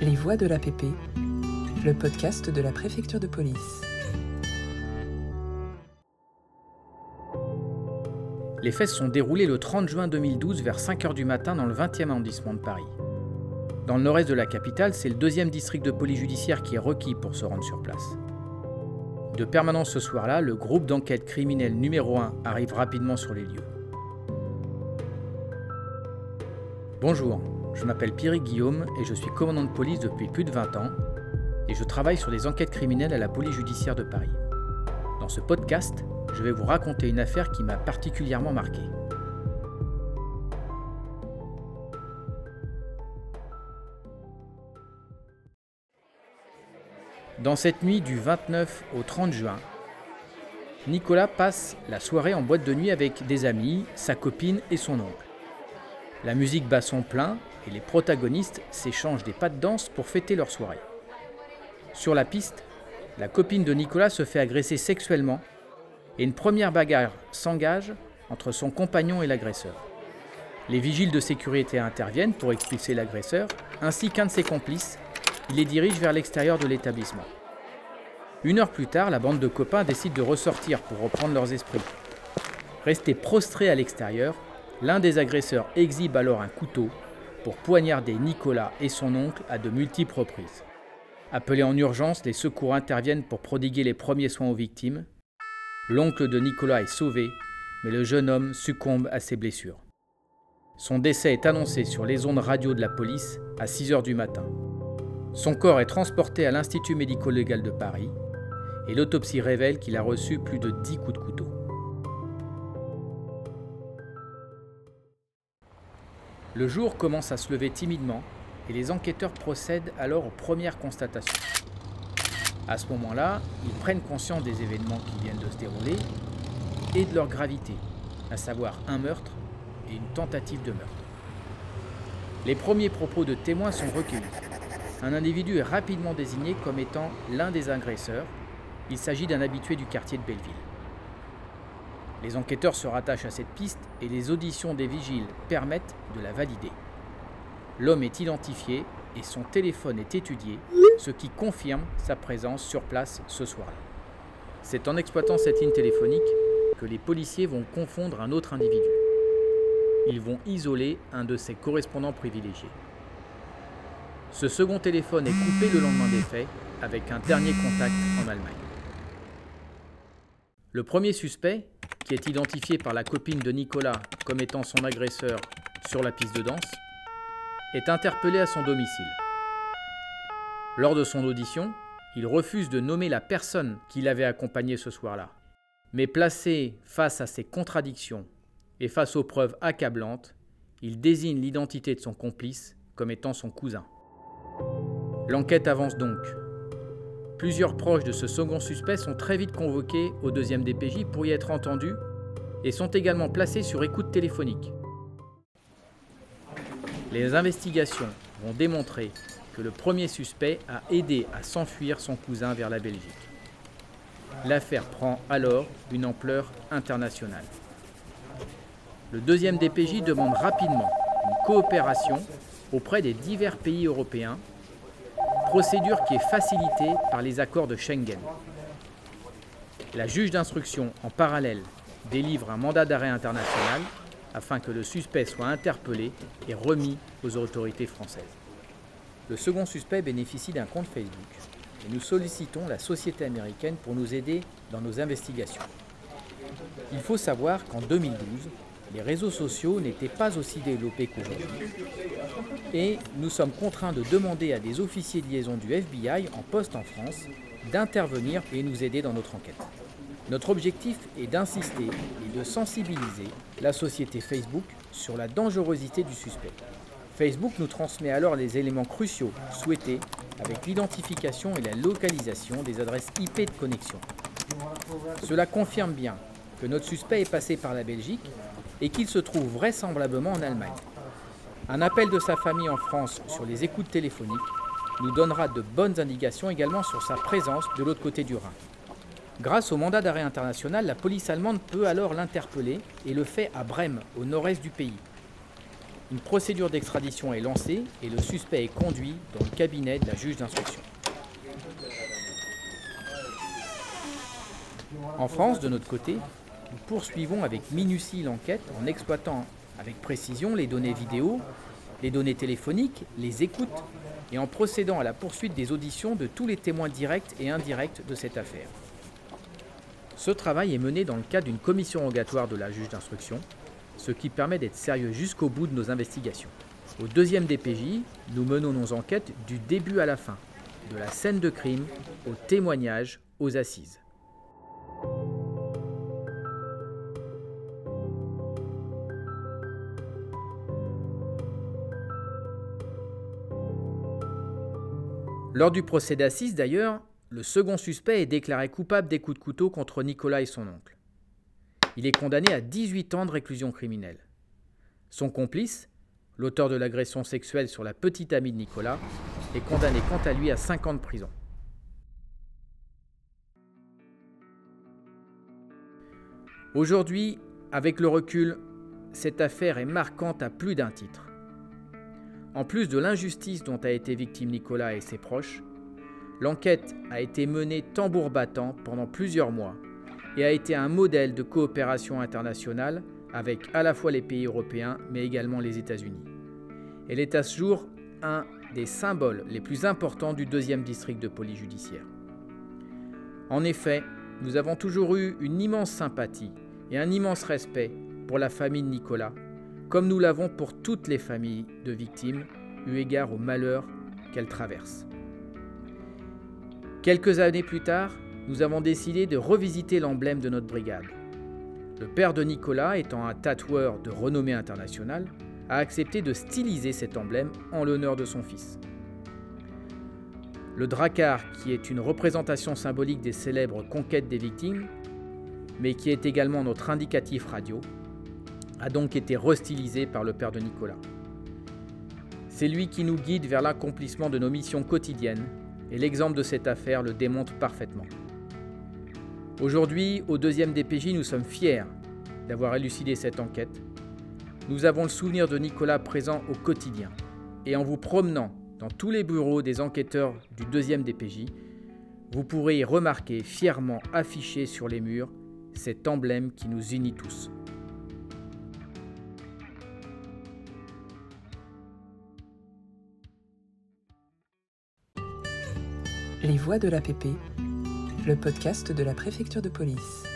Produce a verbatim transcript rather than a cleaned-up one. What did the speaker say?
Les Voix de l'A P P, le podcast de la préfecture de police. Les faits se sont déroulés le trente juin deux mille douze vers cinq heures du matin dans le vingtième arrondissement de Paris. Dans le nord-est de la capitale, c'est le deuxième district de police judiciaire qui est requis pour se rendre sur place. De permanence ce soir-là, le groupe d'enquête criminelle numéro un arrive rapidement sur les lieux. Bonjour, je m'appelle Pierrick Guillaume et je suis commandant de police depuis plus de vingt ans et je travaille sur des enquêtes criminelles à la police judiciaire de Paris. Dans ce podcast, je vais vous raconter une affaire qui m'a particulièrement marqué. Dans cette nuit du vingt-neuf au trente juin, Nicolas passe la soirée en boîte de nuit avec des amis, sa copine et son oncle. La musique bat son plein et les protagonistes s'échangent des pas de danse pour fêter leur soirée. Sur la piste, la copine de Nicolas se fait agresser sexuellement et une première bagarre s'engage entre son compagnon et l'agresseur. Les vigiles de sécurité interviennent pour expulser l'agresseur ainsi qu'un de ses complices. Il les dirige vers l'extérieur de l'établissement. Une heure plus tard, la bande de copains décide de ressortir pour reprendre leurs esprits. Resté prostré à l'extérieur, l'un des agresseurs exhibe alors un couteau pour poignarder Nicolas et son oncle à de multiples reprises. Appelés en urgence, les secours interviennent pour prodiguer les premiers soins aux victimes. L'oncle de Nicolas est sauvé, mais le jeune homme succombe à ses blessures. Son décès est annoncé sur les ondes radio de la police à six heures du matin. Son corps est transporté à l'Institut médico-légal de Paris et l'autopsie révèle qu'il a reçu plus de dix coups de couteau. Le jour commence à se lever timidement et les enquêteurs procèdent alors aux premières constatations. À ce moment-là, ils prennent conscience des événements qui viennent de se dérouler et de leur gravité, à savoir un meurtre et une tentative de meurtre. Les premiers propos de témoins sont recueillis. Un individu est rapidement désigné comme étant l'un des agresseurs. Il s'agit d'un habitué du quartier de Belleville. Les enquêteurs se rattachent à cette piste et les auditions des vigiles permettent de la valider. L'homme est identifié et son téléphone est étudié, ce qui confirme sa présence sur place ce soir-là. C'est en exploitant cette ligne téléphonique que les policiers vont confondre un autre individu. Ils vont isoler un de ses correspondants privilégiés. Ce second téléphone est coupé le lendemain des faits, avec un dernier contact en Allemagne. Le premier suspect, qui est identifié par la copine de Nicolas comme étant son agresseur sur la piste de danse, est interpellé à son domicile. Lors de son audition, il refuse de nommer la personne qui l'avait accompagné ce soir-là. Mais placé face à ces contradictions et face aux preuves accablantes, il désigne l'identité de son complice comme étant son cousin. L'enquête avance donc. Plusieurs proches de ce second suspect sont très vite convoqués au deuxième D P J pour y être entendus et sont également placés sur écoute téléphonique. Les investigations vont démontrer que le premier suspect a aidé à s'enfuir son cousin vers la Belgique. L'affaire prend alors une ampleur internationale. Le deuxième D P J demande rapidement une coopération auprès des divers pays européens, procédure qui est facilitée par les accords de Schengen. La juge d'instruction, en parallèle, délivre un mandat d'arrêt international afin que le suspect soit interpellé et remis aux autorités françaises. Le second suspect bénéficie d'un compte Facebook et nous sollicitons la société américaine pour nous aider dans nos investigations. Il faut savoir qu'en deux mille douze, les réseaux sociaux n'étaient pas aussi développés qu'aujourd'hui et nous sommes contraints de demander à des officiers de liaison du F B I en poste en France d'intervenir et nous aider dans notre enquête. Notre objectif est d'insister et de sensibiliser la société Facebook sur la dangerosité du suspect. Facebook nous transmet alors les éléments cruciaux souhaités avec l'identification et la localisation des adresses I P de connexion. Cela confirme bien que notre suspect est passé par la Belgique et qu'il se trouve vraisemblablement en Allemagne. Un appel de sa famille en France sur les écoutes téléphoniques nous donnera de bonnes indications également sur sa présence de l'autre côté du Rhin. Grâce au mandat d'arrêt international, la police allemande peut alors l'interpeller et le fait à Brême, au nord-est du pays. Une procédure d'extradition est lancée et le suspect est conduit dans le cabinet de la juge d'instruction. En France, de notre côté, nous poursuivons avec minutie l'enquête en exploitant avec précision les données vidéo, les données téléphoniques, les écoutes et en procédant à la poursuite des auditions de tous les témoins directs et indirects de cette affaire. Ce travail est mené dans le cadre d'une commission rogatoire de la juge d'instruction, ce qui permet d'être sérieux jusqu'au bout de nos investigations. Au deuxième D P J, nous menons nos enquêtes du début à la fin, de la scène de crime au témoignage aux assises. Lors du procès d'assises, d'ailleurs, le second suspect est déclaré coupable des coups de couteau contre Nicolas et son oncle. Il est condamné à dix-huit ans de réclusion criminelle. Son complice, l'auteur de l'agression sexuelle sur la petite amie de Nicolas, est condamné quant à lui à cinq ans de prison. Aujourd'hui, avec le recul, cette affaire est marquante à plus d'un titre. En plus de l'injustice dont a été victime Nicolas et ses proches, l'enquête a été menée tambour battant pendant plusieurs mois et a été un modèle de coopération internationale avec à la fois les pays européens mais également les États-Unis. Elle est à ce jour un des symboles les plus importants du deuxième district de police judiciaire. En effet, nous avons toujours eu une immense sympathie et un immense respect pour la famille de Nicolas, comme nous l'avons pour toutes les familles de victimes, eu égard au malheur qu'elles traversent. Quelques années plus tard, nous avons décidé de revisiter l'emblème de notre brigade. Le père de Nicolas, étant un tatoueur de renommée internationale, a accepté de styliser cet emblème en l'honneur de son fils. Le drakkar, qui est une représentation symbolique des célèbres conquêtes des victimes, mais qui est également notre indicatif radio, a donc été restylisé par le père de Nicolas. C'est lui qui nous guide vers l'accomplissement de nos missions quotidiennes, et l'exemple de cette affaire le démontre parfaitement. Aujourd'hui, au deuxième D P J, nous sommes fiers d'avoir élucidé cette enquête. Nous avons le souvenir de Nicolas présent au quotidien, et en vous promenant dans tous les bureaux des enquêteurs du deuxième D P J, vous pourrez y remarquer fièrement affiché sur les murs cet emblème qui nous unit tous. Les Voix de l'A P P, le podcast de la préfecture de police.